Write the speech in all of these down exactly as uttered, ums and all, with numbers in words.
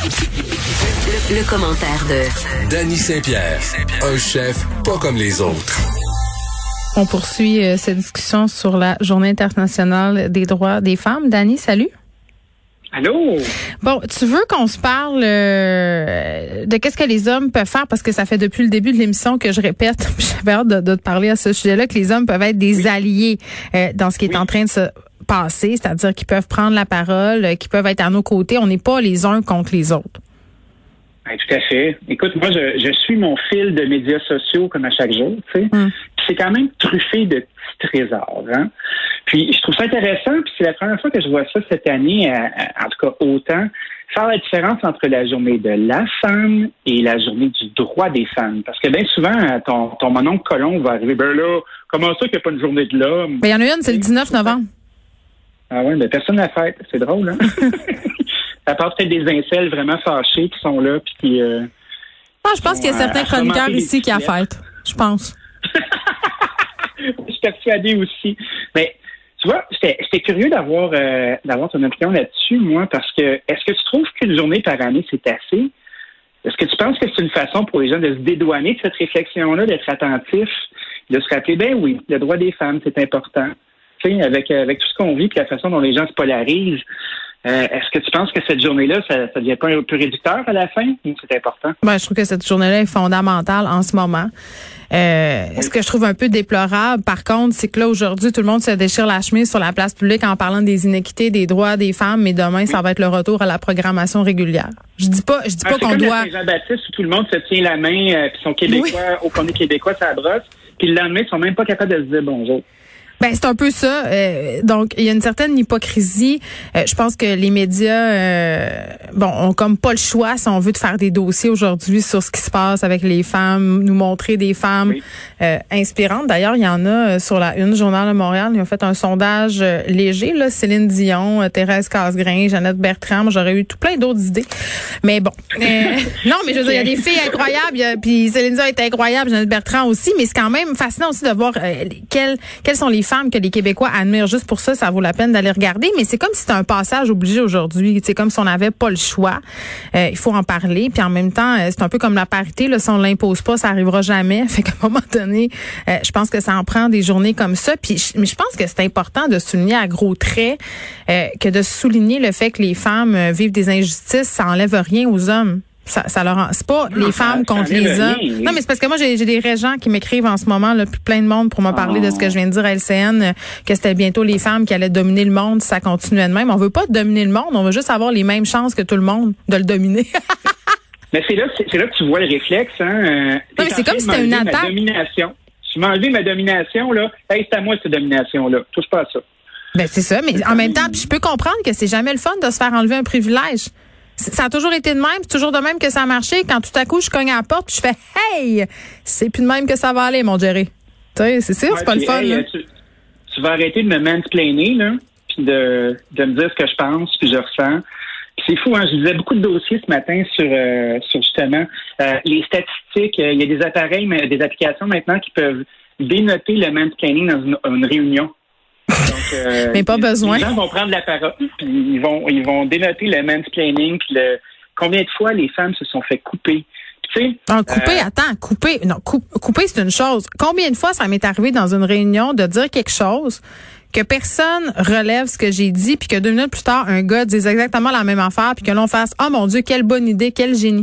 Le, le commentaire de Danny Saint-Pierre, un chef pas comme les autres. On poursuit euh, cette discussion sur la Journée internationale des droits des femmes. Danny, salut. Allô? Bon, tu veux qu'on se parle euh, de qu'est-ce que les hommes peuvent faire, parce que ça fait depuis le début de l'émission que je répète, j'avais hâte de, de te parler à ce sujet-là, que les hommes peuvent être des oui. alliés euh, dans ce qui est oui. en train de se passer, c'est-à-dire qu'ils peuvent prendre la parole, euh, qu'ils peuvent être à nos côtés. On n'est pas les uns contre les autres. Ben, tout à fait. Écoute, moi, je, je suis mon fil de médias sociaux comme à chaque jour, tu sais. Mm. C'est quand même truffé de petits trésors, hein. Puis, je trouve ça intéressant, puis c'est la première fois que je vois ça cette année, à, à, en tout cas autant, faire la différence entre la journée de la femme et la journée du droit des femmes. Parce que bien souvent, ton, ton mononcle Colomb va arriver, ben là, comment ça qu'il n'y a pas une journée de l'homme? Ben, il y en a une, c'est le dix-neuf novembre. Ah ouais, mais personne ne la fête. C'est drôle, hein? Ça part peut-être des incels vraiment fâchés qui sont là, puis qui... Euh, ah, je pense qu'il y a certains chroniqueurs ici qui la fêtent. Je pense. Je suis persuadée aussi. Mais... Tu vois, j'étais, j'étais curieux d'avoir euh, d'avoir ton opinion là-dessus, moi, parce que est-ce que tu trouves qu'une journée par année, c'est assez? Est-ce que tu penses que c'est une façon pour les gens de se dédouaner de cette réflexion-là, d'être attentifs, de se rappeler, ben oui, le droit des femmes, c'est important. Tu sais, avec, avec tout ce qu'on vit, puis la façon dont les gens se polarisent, euh, est-ce que tu penses que cette journée-là, ça ne devient pas un peu réducteur à la fin? Ou c'est important? Ben, je trouve que cette journée-là est fondamentale en ce moment. Euh, oui. Ce que je trouve un peu déplorable, par contre, c'est que là, aujourd'hui, tout le monde se déchire la chemise sur la place publique en parlant des inéquités, des droits des femmes, mais demain, oui. ça va être le retour à la programmation régulière. Je dis pas, je dis ah, pas qu'on doit... C'est comme Jean-Baptiste où tout le monde se tient la main, euh, puis sont québécois, oui. au qu'on est québécois, ça brosse, puis le lendemain, ils sont même pas capables de se dire bonjour. Ben c'est un peu ça. Euh, donc il y a une certaine hypocrisie. Euh, je pense que les médias, euh, bon, ont comme pas le choix si on veut de faire des dossiers aujourd'hui sur ce qui se passe avec les femmes, nous montrer des femmes oui. euh, inspirantes. D'ailleurs, il y en a euh, sur la Une Journal de Montréal. Ils ont fait un sondage euh, léger. Là, Céline Dion, euh, Thérèse Casgrain, Jeannette Bertrand. J'aurais eu tout plein d'autres idées. Mais bon, euh, non, mais je veux dire, il y a des filles incroyables. Puis Céline Dion est incroyable, Jeannette Bertrand aussi. Mais c'est quand même fascinant aussi de voir euh, quelles quelles sont les femmes que les Québécois admirent. Juste pour ça, ça vaut la peine d'aller regarder. Mais c'est comme si c'était un passage obligé aujourd'hui. C'est comme si on n'avait pas le choix. Euh, il faut en parler. Puis en même temps, c'est un peu comme la parité. Là, si on l'impose pas, ça arrivera jamais. Fait qu'à un moment donné, euh, je pense que ça en prend des journées comme ça. Puis, je, mais je pense que c'est important de souligner à gros traits euh, que de souligner le fait que les femmes euh, vivent des injustices, ça enlève rien aux hommes. Ça, ça leur, c'est pas non, les femmes ça, contre ça les hommes. Rien, oui. Non, mais c'est parce que moi, j'ai, j'ai des régents qui m'écrivent en ce moment, là, puis plein de monde pour me parler oh. de ce que je viens de dire à L C N, que c'était bientôt les femmes qui allaient dominer le monde si ça continuait de même. On veut pas dominer le monde, on veut juste avoir les mêmes chances que tout le monde de le dominer. Mais c'est là, c'est, c'est là que tu vois le réflexe, hein. Euh, non, mais c'est comme si c'était une attaque. Domination. Tu m'as enlevé ma domination, là. Hey, c'est à moi, cette domination-là. Touche pas à ça. Ben, c'est ça, mais en même temps, je peux comprendre que c'est jamais le fun de se faire enlever un privilège. Ça a toujours été de même, c'est toujours de même que ça a marché. Quand tout à coup, je cogne à la porte, puis je fais « Hey! C'est plus de même que ça va aller, mon Jerry. » Tu sais, c'est sûr, ouais, c'est pas le fun. Hey, là. Tu, tu vas arrêter de me mansplainer, là, puis de, de me dire ce que je pense, puis je ressens. Puis c'est fou, hein, je lisais beaucoup de dossiers ce matin sur, euh, sur justement euh, les statistiques. Il euh, y a des appareils, des applications maintenant qui peuvent dénoter le mansplaining dans une, une réunion. Donc, euh, mais pas les, besoin. Les gens vont prendre la parole, puis ils vont, ils vont dénoter le mansplaining, puis le combien de fois les femmes se sont fait couper. Tu sais, non, couper, euh, attends, couper, non, coup, couper c'est une chose. Combien de fois ça m'est arrivé dans une réunion de dire quelque chose que personne relève ce que j'ai dit, puis que deux minutes plus tard un gars dise exactement la même affaire, puis que l'on fasse oh mon Dieu quelle bonne idée, quel génie.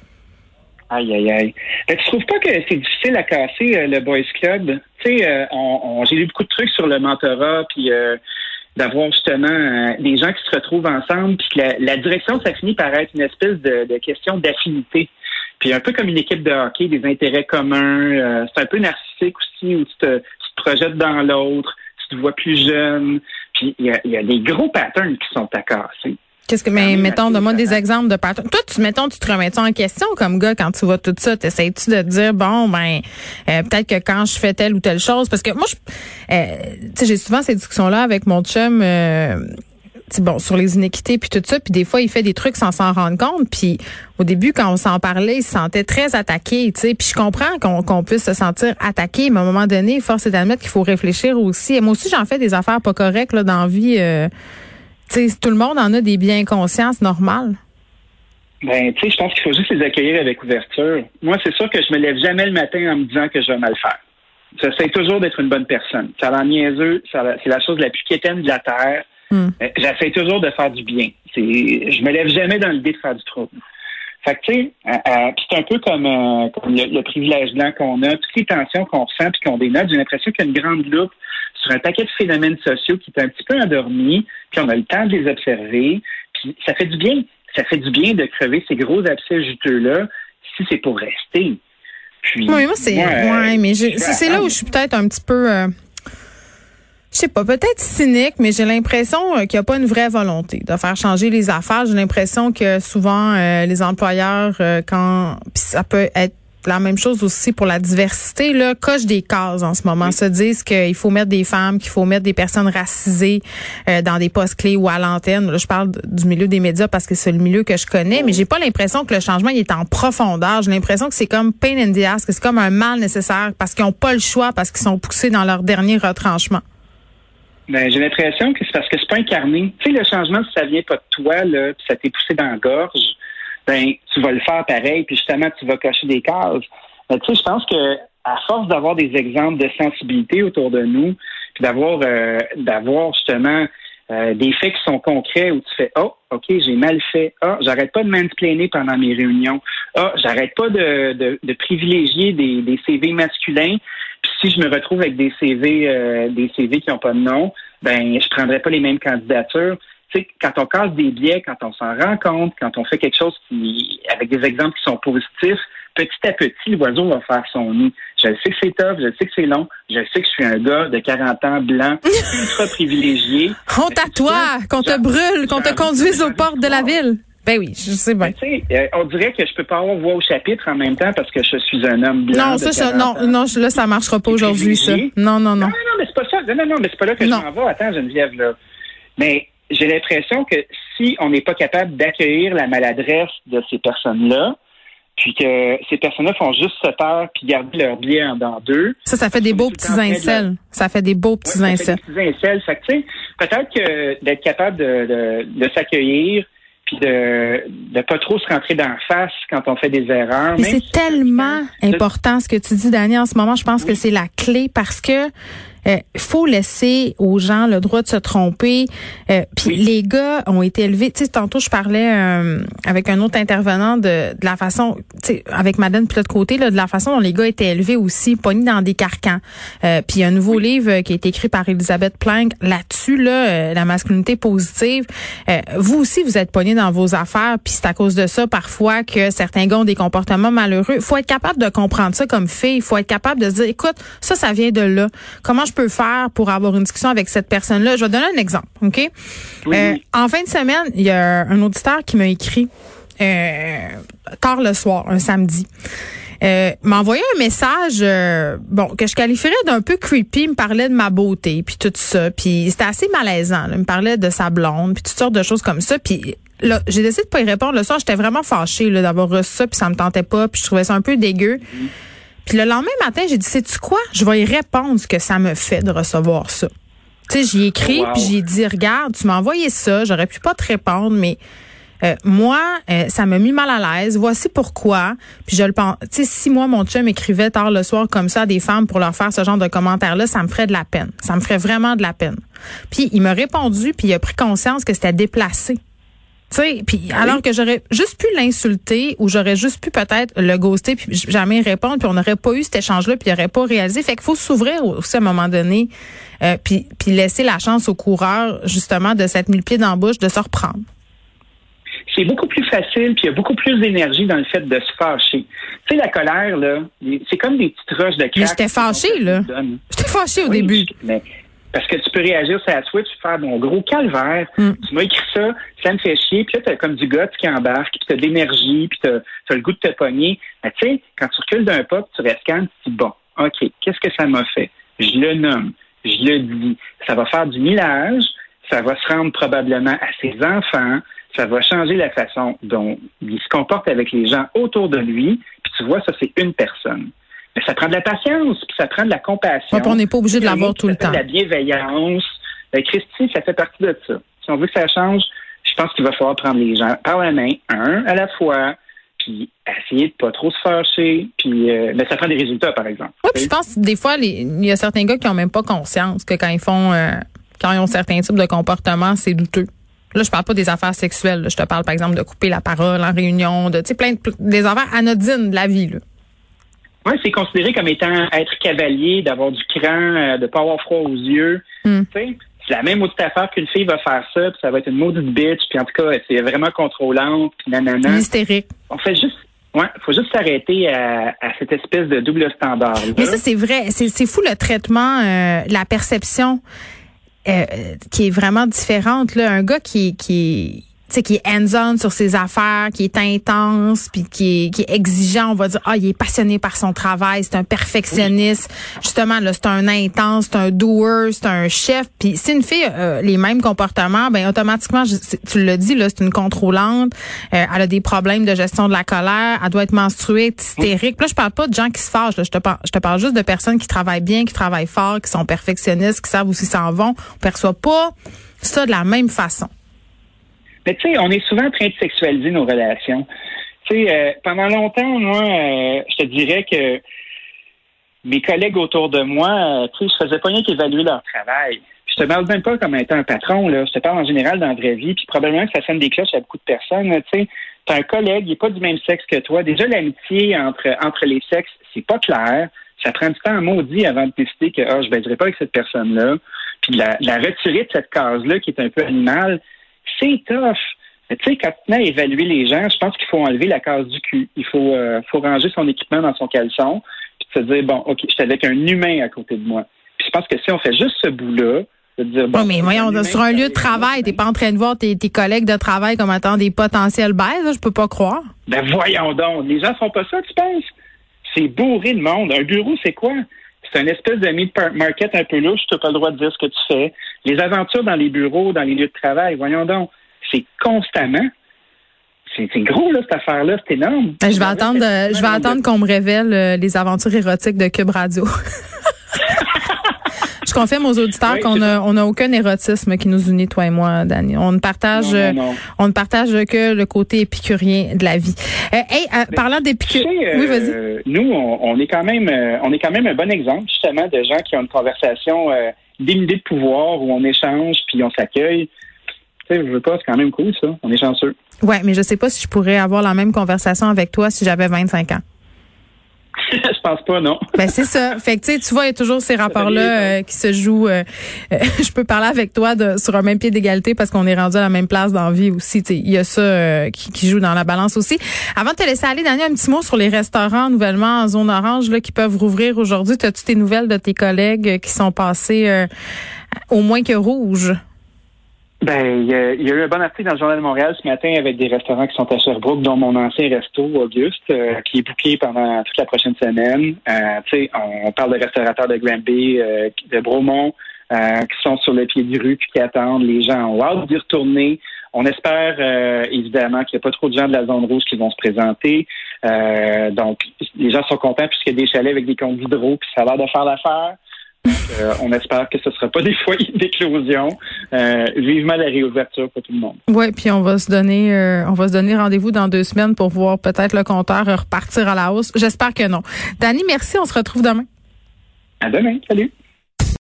Aïe, aïe, aïe. Fait que tu trouves pas que c'est difficile à casser euh, le Boys Club? Tu sais, euh, on, on, j'ai lu beaucoup de trucs sur le mentorat, puis euh, d'avoir justement euh, des gens qui se retrouvent ensemble, puis que la, la direction, ça finit par être une espèce de, de question d'affinité. Puis un peu comme une équipe de hockey, des intérêts communs. Euh, c'est un peu narcissique aussi, où tu te, tu te projettes dans l'autre, tu te vois plus jeune. Puis il y a, y a des gros patterns qui sont à casser. Qu'est-ce que, mais mettons, donne-moi des exemples de patterns. Toi, tu, mettons, tu te remets-tu en question comme gars quand tu vois tout ça? T'essayes-tu de te dire, bon, ben, euh, peut-être que quand je fais telle ou telle chose, parce que moi, je, euh, tu sais, j'ai souvent ces discussions-là avec mon chum, euh, bon, sur les inéquités puis tout ça, puis des fois il fait des trucs sans s'en rendre compte, puis au début quand on s'en parlait, il se sentait très attaqué, tu sais, puis je comprends qu'on qu'on puisse se sentir attaqué, mais à un moment donné, force est d'admettre qu'il faut réfléchir aussi. Et moi aussi j'en fais des affaires pas correctes là dans la vie, euh, tu sais, tout le monde en a des biens consciences normales. Ben, tu sais, je pense qu'il faut juste les accueillir avec ouverture. Moi, c'est sûr que je me lève jamais le matin en me disant que je vais mal faire. J'essaie toujours d'être une bonne personne. Ça a l'air niaiseux, ça a, c'est la chose la plus quétaine de la Terre. Mm. J'essaie toujours de faire du bien. C'est, je me lève jamais dans l'idée de faire du trouble. Fait que, tu sais, euh, euh, c'est un peu comme, euh, comme le, le privilège blanc qu'on a, toutes les tensions qu'on ressent puis qu'on dénote. J'ai l'impression qu'il y a une grande loupe sur un paquet de phénomènes sociaux qui est un petit peu endormis, puis on a le temps de les observer, puis ça fait du bien. Ça fait du bien de crever ces gros abcès juteux-là si c'est pour rester. Puis, oui, moi, c'est, moi, ouais, mais je, c'est, c'est là où je suis peut-être un petit peu, euh, je sais pas, peut-être cynique, mais j'ai l'impression qu'il n'y a pas une vraie volonté de faire changer les affaires. J'ai l'impression que souvent, euh, les employeurs, euh, quand, puis ça peut être la même chose aussi pour la diversité, là, coche des cases en ce moment, oui. Se disent qu'il faut mettre des femmes, qu'il faut mettre des personnes racisées euh, dans des postes clés ou à l'antenne. Là, je parle du milieu des médias parce que c'est le milieu que je connais, oui. Mais j'ai pas l'impression que le changement il est en profondeur. J'ai l'impression que c'est comme pain in the ass, que c'est comme un mal nécessaire parce qu'ils n'ont pas le choix, parce qu'ils sont poussés dans leur dernier retranchement. Ben, j'ai l'impression que c'est parce que c'est pas incarné. Tu sais, le changement, si ça vient pas de toi, là, puis ça t'est poussé dans la gorge, ben tu vas le faire pareil, puis justement, tu vas cocher des cases. Mais tu sais, je pense que à force d'avoir des exemples de sensibilité autour de nous, puis d'avoir euh, d'avoir justement euh, des faits qui sont concrets où tu fais « Oh, OK, j'ai mal fait. Ah, oh, j'arrête pas de mansplainer pendant mes réunions. Ah, oh, j'arrête pas de, de, de privilégier des, des C V masculins. Puis si je me retrouve avec des C V euh, des C V qui n'ont pas de nom, ben je prendrai pas les mêmes candidatures. » Tu sais, quand on casse des biais, quand on s'en rend compte, quand on fait quelque chose qui, avec des exemples qui sont positifs, petit à petit, l'oiseau va faire son nid. Je sais que c'est tough, je sais que c'est long, je sais que je suis un gars de quarante ans, blanc, ultra privilégié. Honte à toi, qu'on te brûle, qu'on te conduise aux portes de la ville. Ben oui, je sais bien. Ben, tu sais, euh, on dirait que je peux pas avoir voix au chapitre en même temps parce que je suis un homme blanc. Non, ça, ça non, non, là, ça marchera pas aujourd'hui, ça. Non, non, non. Non, non, non, mais c'est pas ça. Non, non, non, mais c'est pas là que non. Je m'en vais. Attends, Geneviève, là. Mais j'ai l'impression que si on n'est pas capable d'accueillir la maladresse de ces personnes-là, puis que ces personnes-là font juste se taire puis garder leur biais en dans d'eux. Ça, ça fait des beaux petits incels. La... Ça fait des beaux petits ouais, incels. Ça fait des petits incels. Fait que, tu sais, peut-être que d'être capable de, de, de s'accueillir puis de de pas trop se rentrer dans la face quand on fait des erreurs. Mais c'est tellement important ce que tu dis, Dany, en ce moment. Je pense oui. que c'est la clé parce que il euh, faut laisser aux gens le droit de se tromper. Euh, Puis oui. les gars ont été élevés. Tu sais, tantôt je parlais euh, avec un autre intervenant de, de la façon, tu sais, avec Madeleine puis de l'autre côté, là, de la façon dont les gars étaient élevés aussi, pognés dans des carcans. Euh, Puis il y a un nouveau oui. livre qui a été écrit par Elisabeth Plank là-dessus, là, euh, la masculinité positive. Euh, vous aussi, vous êtes pognés dans vos affaires. Puis c'est à cause de ça parfois que certains gars ont des comportements malheureux. Faut être capable de comprendre ça comme fille. Faut être capable de se dire, écoute, ça, ça vient de là. Comment je peux faire pour avoir une discussion avec cette personne-là? Je vais donner un exemple, OK? Oui. Euh, en fin de semaine, il y a un auditeur qui m'a écrit euh, tard le soir, un samedi. Euh, m'a envoyé un message euh, bon que je qualifierais d'un peu creepy. Il me parlait de ma beauté, puis tout ça. Puis c'était assez malaisant. Là. Il me parlait de sa blonde, puis toutes sortes de choses comme ça. Puis là, j'ai décidé de pas y répondre. Le soir, j'étais vraiment fâchée là, d'avoir reçu ça, puis ça me tentait pas, puis je trouvais ça un peu dégueu. Mmh. Puis le lendemain matin, j'ai dit, sais-tu quoi? Je vais y répondre ce que ça me fait de recevoir ça. Tu sais, j'y ai écrit, wow. Puis j'ai dit, regarde, tu m'as envoyé ça, j'aurais pu pas te répondre, mais euh, moi, euh, ça m'a mis mal à l'aise. Voici pourquoi. Puis je le pense. Tu sais, si moi, mon chum écrivait tard le soir comme ça à des femmes pour leur faire ce genre de commentaires-là, ça me ferait de la peine. Ça me ferait vraiment de la peine. Puis il m'a répondu, puis il a pris conscience que c'était déplacé. Tu sais, puis ah alors oui. que j'aurais juste pu l'insulter ou j'aurais juste pu peut-être le ghoster puis jamais répondre puis on n'aurait pas eu cet échange-là puis il n'aurait pas réalisé. Fait qu'il faut s'ouvrir aussi à un moment donné euh, puis puis laisser la chance aux coureurs justement de s'être mis le pied dans la bouche, de se reprendre. C'est beaucoup plus facile puis il y a beaucoup plus d'énergie dans le fait de se fâcher. Tu sais, la colère, là, c'est comme des petites roches de crack. Mais j'étais fâchée, là. J'étais fâchée au oui, début. Mais parce que tu peux réagir sur la Switch, faire mon gros calvaire. Mm. Tu m'as écrit ça, ça me fait chier. Puis là, t'as comme du gars qui embarque, puis t'as de l'énergie, puis t'as, t'as le goût de te pogner. Mais tu sais, quand tu recules d'un pas, tu restes calme, tu dis, bon, OK, qu'est-ce que ça m'a fait? Je le nomme, je le dis. Ça va faire du millage, ça va se rendre probablement à ses enfants, ça va changer la façon dont il se comporte avec les gens autour de lui. Puis tu vois, ça, c'est une personne. Mais ça prend de la patience, puis ça prend de la compassion. Ouais, on n'est pas obligé de l'avoir tout le temps. De la bienveillance. Ben, Christy, ça fait partie de ça. Si on veut que ça change, je pense qu'il va falloir prendre les gens par la main, un à la fois, puis essayer de pas trop se fâcher, puis euh, ben, ça prend des résultats, par exemple. Oui, puis je pense que des fois, il y a certains gars qui ont même pas conscience que quand ils font, euh, quand ils ont certains types de comportements, c'est douteux. Là, je parle pas des affaires sexuelles. Là. Je te parle, par exemple, de couper la parole en réunion, de, tu sais, plein de, des affaires anodines de la vie, là. Oui, c'est considéré comme étant être cavalier, d'avoir du cran, euh, de pas avoir froid aux yeux. Mm. Tu sais, c'est la même maudite affaire qu'une fille va faire ça, puis ça va être une maudite bitch, puis en tout cas, c'est vraiment contrôlante, puis nanana. Hystérique. On fait juste, ouais, faut juste s'arrêter à, à cette espèce de double standard. Mais ça, c'est vrai. C'est, c'est fou le traitement, euh, la perception euh, qui est vraiment différente. Là. Un gars qui, qui tu sais, qui est hands-on sur ses affaires, qui est intense, puis qui est, qui est exigeant, on va dire, ah, il est passionné par son travail, c'est un perfectionniste. Justement, là, c'est un intense, c'est un doer, c'est un chef. Puis si une fille a les mêmes comportements, ben automatiquement, je, tu l'as dit, là, c'est une contrôlante. Euh, elle a des problèmes de gestion de la colère. Elle doit être menstruée, être hystérique. Puis là, je parle pas de gens qui se fâchent. Là, je te parle, je te parle juste de personnes qui travaillent bien, qui travaillent fort, qui sont perfectionnistes, qui savent où ils s'en vont. On perçoit pas ça de la même façon. Mais tu sais, on est souvent en train de sexualiser nos relations. Tu sais, euh, pendant longtemps, moi, euh, je te dirais que mes collègues autour de moi, euh, tu sais, je faisais pas rien qu'évaluer leur travail. Puis je te parle même pas comme étant un patron, là. Je te parle en général dans la vraie vie. Puis probablement que ça sonne des cloches à beaucoup de personnes. Tu sais, t'as un collègue, il est pas du même sexe que toi. Déjà, l'amitié entre entre les sexes, c'est pas clair. Ça prend du temps à maudit avant de décider que ah, je baiserai pas avec cette personne-là. Puis de la, de la retirer de cette case-là qui est un peu animale. C'est tough. Tu sais, quand tu mets à évaluer les gens, je pense qu'il faut enlever la case du cul. Il faut, euh, faut ranger son équipement dans son caleçon, puis se dire, bon, OK, je suis avec un humain à côté de moi. Puis je pense que si on fait juste ce bout-là, de dire, bon... Oui, mais voyons, sur un lieu de travail, t'es pas en train de voir tes, tes collègues de travail comme étant des potentiels baises, là, je peux pas croire. Ben voyons donc, les gens font pas ça, tu penses? C'est bourré de monde. Un bureau, c'est quoi? C'est une espèce de mid-market un peu louche, tu n'as pas le droit de dire ce que tu fais. Les aventures dans les bureaux, dans les lieux de travail, voyons donc, c'est constamment. C'est, c'est gros, là, cette affaire-là, c'est énorme. Ben, je vais attendre, euh, je vais attendre qu'on me révèle euh, les aventures érotiques de Cube Radio. Je confirme aux auditeurs oui, qu'on a, on a aucun érotisme qui nous unit, toi et moi, Dany. On ne partage, non, non, non. on ne partage que le côté épicurien de la vie. Euh, hey, euh, parlant d'épicurien, euh, oui, vas-y. Nous, on, on est quand même, euh, on est quand même un bon exemple, justement, de gens qui ont une conversation euh, dénudée de pouvoir où on échange puis on s'accueille. Tu sais, je veux pas, c'est quand même cool, ça. On est chanceux. Ouais, mais je sais pas si je pourrais avoir la même conversation avec toi si j'avais vingt-cinq ans. Je pense pas, non. Ben c'est ça. Fait que tu sais, tu vois, il y a toujours ces rapports-là euh, qui se jouent. Euh, euh, je peux parler avec toi de, sur un même pied d'égalité parce qu'on est rendu à la même place dans la vie aussi. Il y a ça euh, qui, qui joue dans la balance aussi. Avant de te laisser aller, Dany, un petit mot sur les restaurants nouvellement en zone orange là qui peuvent rouvrir aujourd'hui. As-tu tes nouvelles de tes collègues qui sont passés euh, au moins que rouge? Ben, il y, a, il y a eu un bon article dans le Journal de Montréal ce matin avec des restaurants qui sont à Sherbrooke, dont mon ancien resto, Auguste, euh, qui est booké pendant toute la prochaine semaine. Euh, tu sais, on parle de restaurateurs de Granby, euh, de Bromont, euh, qui sont sur le pied du rue puis qui attendent. Les gens ont hâte d'y retourner. On espère, euh, évidemment, qu'il n'y a pas trop de gens de la zone rouge qui vont se présenter. Euh, donc, les gens sont contents puisqu'il y a des chalets avec des comptes d'hydro puis ça a l'air de faire l'affaire. Donc, euh, on espère que ce ne sera pas des foyers d'éclosion. Euh, vivement la réouverture pour tout le monde. Oui, puis on va se donner euh, on va se donner rendez-vous dans deux semaines pour voir peut-être le compteur repartir à la hausse. J'espère que non. Dany, merci. On se retrouve demain. À demain. Salut.